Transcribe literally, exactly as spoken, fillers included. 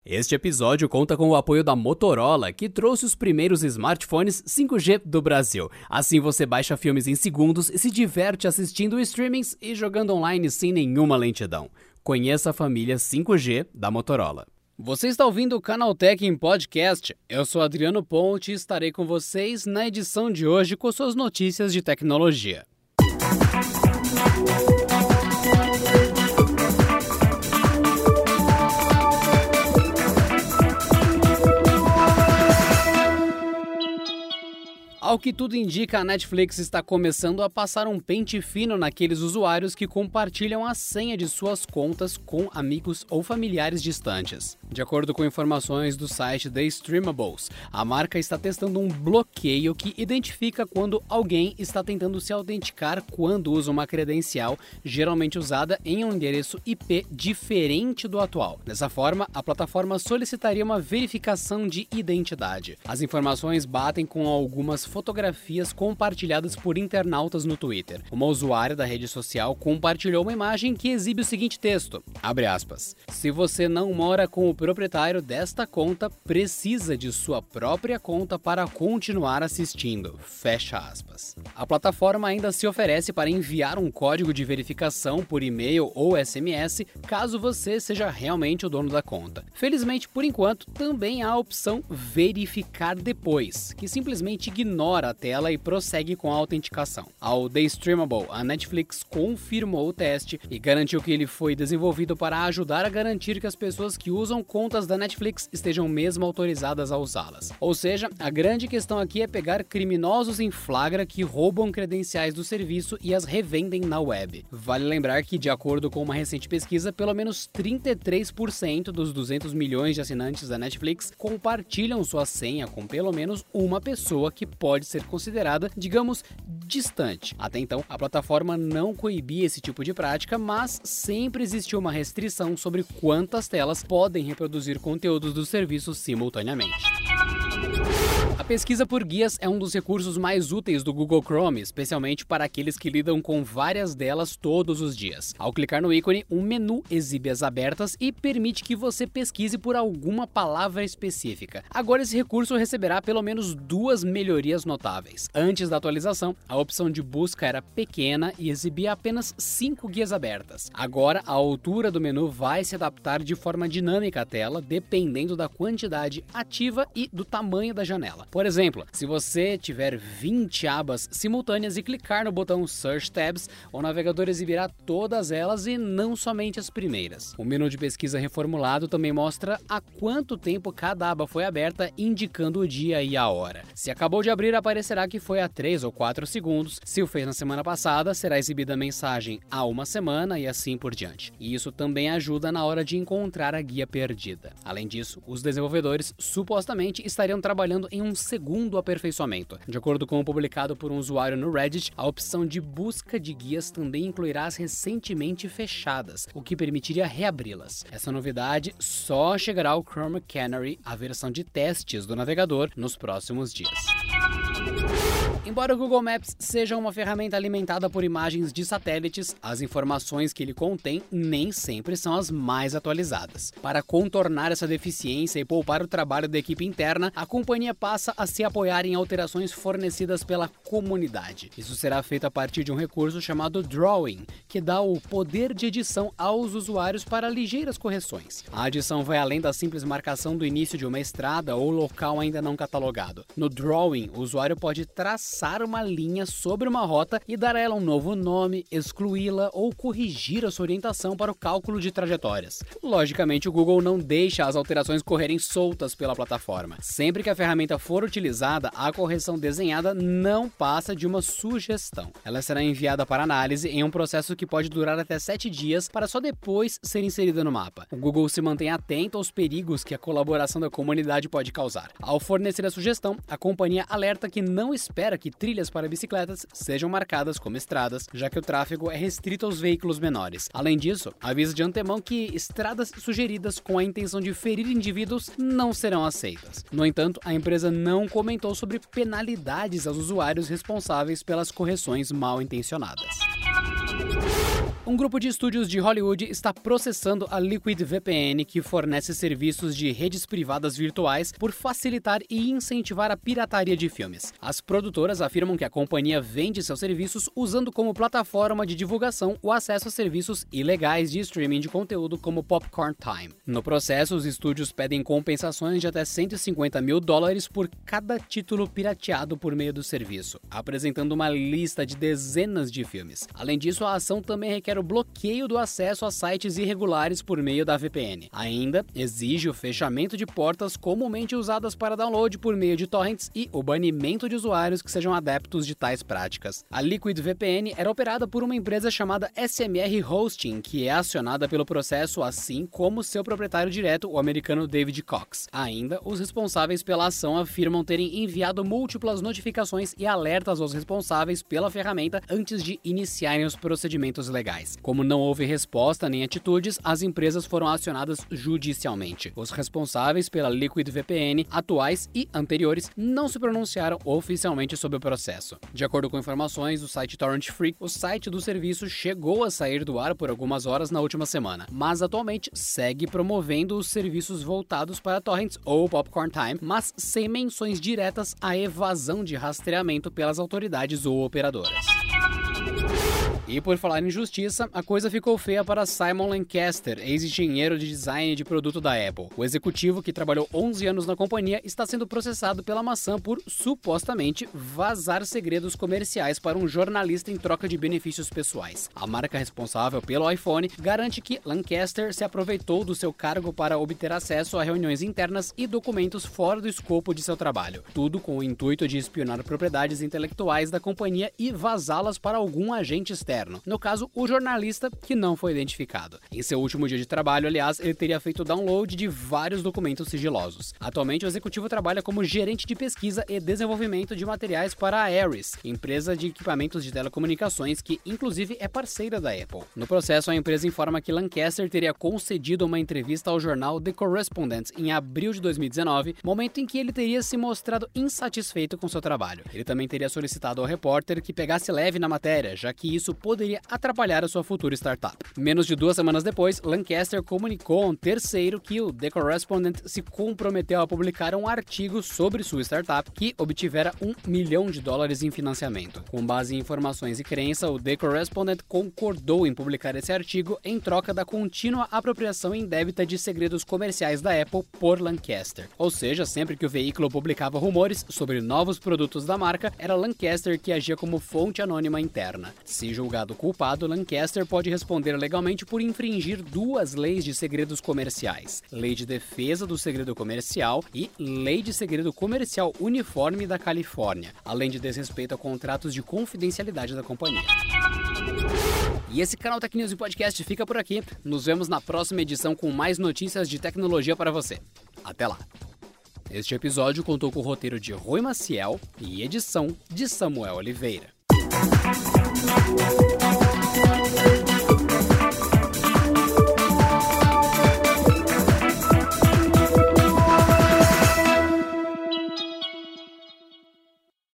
Este episódio conta com o apoio da Motorola, que trouxe os primeiros smartphones cinco G do Brasil. Assim você baixa filmes em segundos e se diverte assistindo streamings e jogando online sem nenhuma lentidão. Conheça a família cinco G da Motorola. Você está ouvindo o Canaltech em podcast? Eu sou Adriano Ponte e estarei com vocês na edição de hoje com suas notícias de tecnologia. Ao que tudo indica, a Netflix está começando a passar um pente fino naqueles usuários que compartilham a senha de suas contas com amigos ou familiares distantes. De acordo com informações do site The Streamables, a marca está testando um bloqueio que identifica quando alguém está tentando se autenticar quando usa uma credencial geralmente usada em um endereço I P diferente do atual. Dessa forma, a plataforma solicitaria uma verificação de identidade. As informações batem com algumas fotografias compartilhadas por internautas no Twitter. Uma usuária da rede social compartilhou uma imagem que exibe o seguinte texto, abre aspas, se você não mora com o proprietário desta conta, precisa de sua própria conta para continuar assistindo, fecha aspas. A plataforma ainda se oferece para enviar um código de verificação por e-mail ou S M S, caso você seja realmente o dono da conta. Felizmente, por enquanto, também há a opção verificar depois, que simplesmente ignora a tela e prossegue com a autenticação. Ao The Streamable, a Netflix confirmou o teste e garantiu que ele foi desenvolvido para ajudar a garantir que as pessoas que usam contas da Netflix estejam mesmo autorizadas a usá-las. Ou seja, a grande questão aqui é pegar criminosos em flagra que roubam credenciais do serviço e as revendem na web. Vale lembrar que, de acordo com uma recente pesquisa, pelo menos trinta e três por cento dos duzentos milhões de assinantes da Netflix compartilham sua senha com pelo menos uma pessoa que pode pode ser considerada, digamos, distante. Até então, a plataforma não coibia esse tipo de prática, mas sempre existiu uma restrição sobre quantas telas podem reproduzir conteúdos do serviço simultaneamente. A pesquisa por guias é um dos recursos mais úteis do Google Chrome, especialmente para aqueles que lidam com várias delas todos os dias. Ao clicar no ícone, um menu exibe as abertas e permite que você pesquise por alguma palavra específica. Agora esse recurso receberá pelo menos duas melhorias notáveis. Antes da atualização, a opção de busca era pequena e exibia apenas cinco guias abertas. Agora, a altura do menu vai se adaptar de forma dinâmica à tela, dependendo da quantidade ativa e do tamanho da janela. Por exemplo, se você tiver vinte abas simultâneas e clicar no botão Search Tabs, o navegador exibirá todas elas e não somente as primeiras. O menu de pesquisa reformulado também mostra há quanto tempo cada aba foi aberta, indicando o dia e a hora. Se acabou de abrir, aparecerá que foi há três ou quatro segundos. Se o fez na semana passada, será exibida a mensagem há uma semana e assim por diante. E isso também ajuda na hora de encontrar a guia perdida. Além disso, os desenvolvedores supostamente estariam trabalhando em um segundo aperfeiçoamento. De acordo com o publicado por um usuário no Reddit, a opção de busca de guias também incluirá as recentemente fechadas, o que permitiria reabri-las. Essa novidade só chegará ao Chrome Canary, a versão de testes do navegador, nos próximos dias. Embora o Google Maps seja uma ferramenta alimentada por imagens de satélites, as informações que ele contém nem sempre são as mais atualizadas. Para contornar essa deficiência e poupar o trabalho da equipe interna, a companhia passa a se apoiar em alterações fornecidas pela comunidade. Isso será feito a partir de um recurso chamado Drawing, que dá o poder de edição aos usuários para ligeiras correções. A adição vai além da simples marcação do início de uma estrada ou local ainda não catalogado. No Drawing, o usuário pode traçar uma linha sobre uma rota e dar a ela um novo nome, excluí-la ou corrigir a sua orientação para o cálculo de trajetórias. Logicamente, o Google não deixa as alterações correrem soltas pela plataforma. Sempre que a ferramenta for utilizada, a correção desenhada não passa de uma sugestão. Ela será enviada para análise em um processo que pode durar até sete dias para só depois ser inserida no mapa. O Google se mantém atento aos perigos que a colaboração da comunidade pode causar. Ao fornecer a sugestão, a companhia alerta que não espera que trilhas para bicicletas sejam marcadas como estradas, já que o tráfego é restrito aos veículos menores. Além disso, avisa de antemão que estradas sugeridas com a intenção de ferir indivíduos não serão aceitas. No entanto, a empresa não comentou sobre penalidades aos usuários responsáveis pelas correções mal intencionadas. Um grupo de estúdios de Hollywood está processando a Liquid V P N, que fornece serviços de redes privadas virtuais, por facilitar e incentivar a pirataria de filmes. As produtoras afirmam que a companhia vende seus serviços usando como plataforma de divulgação o acesso a serviços ilegais de streaming de conteúdo como Popcorn Time. No processo, os estúdios pedem compensações de até cento e cinquenta mil dólares por cada título pirateado por meio do serviço, apresentando uma lista de dezenas de filmes. Além disso, a ação também requer o bloqueio do acesso a sites irregulares por meio da V P N. Ainda exige o fechamento de portas comumente usadas para download por meio de torrents e o banimento de usuários que sejam adeptos de tais práticas. A Liquid V P N era operada por uma empresa chamada S M R Hosting, que é acionada pelo processo, assim como seu proprietário direto, o americano David Cox. Ainda, os responsáveis pela ação afirmam terem enviado múltiplas notificações e alertas aos responsáveis pela ferramenta antes de iniciarem os procedimentos legais. Como não houve resposta nem atitudes, as empresas foram acionadas judicialmente. Os responsáveis pela Liquid V P N, atuais e anteriores, não se pronunciaram oficialmente sobre o processo. De acordo com informações do site Torrent Freak, o site do serviço chegou a sair do ar por algumas horas na última semana, mas atualmente segue promovendo os serviços voltados para torrents ou Popcorn Time, mas sem menções diretas à evasão de rastreamento pelas autoridades ou operadoras. E por falar em justiça, a coisa ficou feia para Simon Lancaster, ex-engenheiro de design de produto da Apple. O executivo, que trabalhou onze anos na companhia, está sendo processado pela maçã por, supostamente, vazar segredos comerciais para um jornalista em troca de benefícios pessoais. A marca responsável pelo iPhone garante que Lancaster se aproveitou do seu cargo para obter acesso a reuniões internas e documentos fora do escopo de seu trabalho. Tudo com o intuito de espionar propriedades intelectuais da companhia e vazá-las para algum agente externo. No caso, o jornalista, que não foi identificado. Em seu último dia de trabalho, aliás, ele teria feito download de vários documentos sigilosos. Atualmente, o executivo trabalha como gerente de pesquisa e desenvolvimento de materiais para a Ares, empresa de equipamentos de telecomunicações que, inclusive, é parceira da Apple. No processo, a empresa informa que Lancaster teria concedido uma entrevista ao jornal The Correspondent em abril de dois mil e dezenove, momento em que ele teria se mostrado insatisfeito com seu trabalho. Ele também teria solicitado ao repórter que pegasse leve na matéria, já que isso poderia atrapalhar a sua futura startup. Menos de duas semanas depois, Lancaster comunicou a um terceiro que o The Correspondent se comprometeu a publicar um artigo sobre sua startup que obtivera um milhão de dólares em financiamento. Com base em informações e crença, o The Correspondent concordou em publicar esse artigo em troca da contínua apropriação indébita de segredos comerciais da Apple por Lancaster. Ou seja, sempre que o veículo publicava rumores sobre novos produtos da marca, era Lancaster que agia como fonte anônima interna. Se julgado culpado, Lancaster pode responder legalmente por infringir duas leis de segredos comerciais: Lei de Defesa do Segredo Comercial e Lei de Segredo Comercial Uniforme da Califórnia, além de desrespeito a contratos de confidencialidade da companhia. E esse canal Tech News e Podcast fica por aqui. Nos vemos na próxima edição com mais notícias de tecnologia para você. Até lá! Este episódio contou com o roteiro de Rui Maciel e edição de Samuel Oliveira. We'll be right back.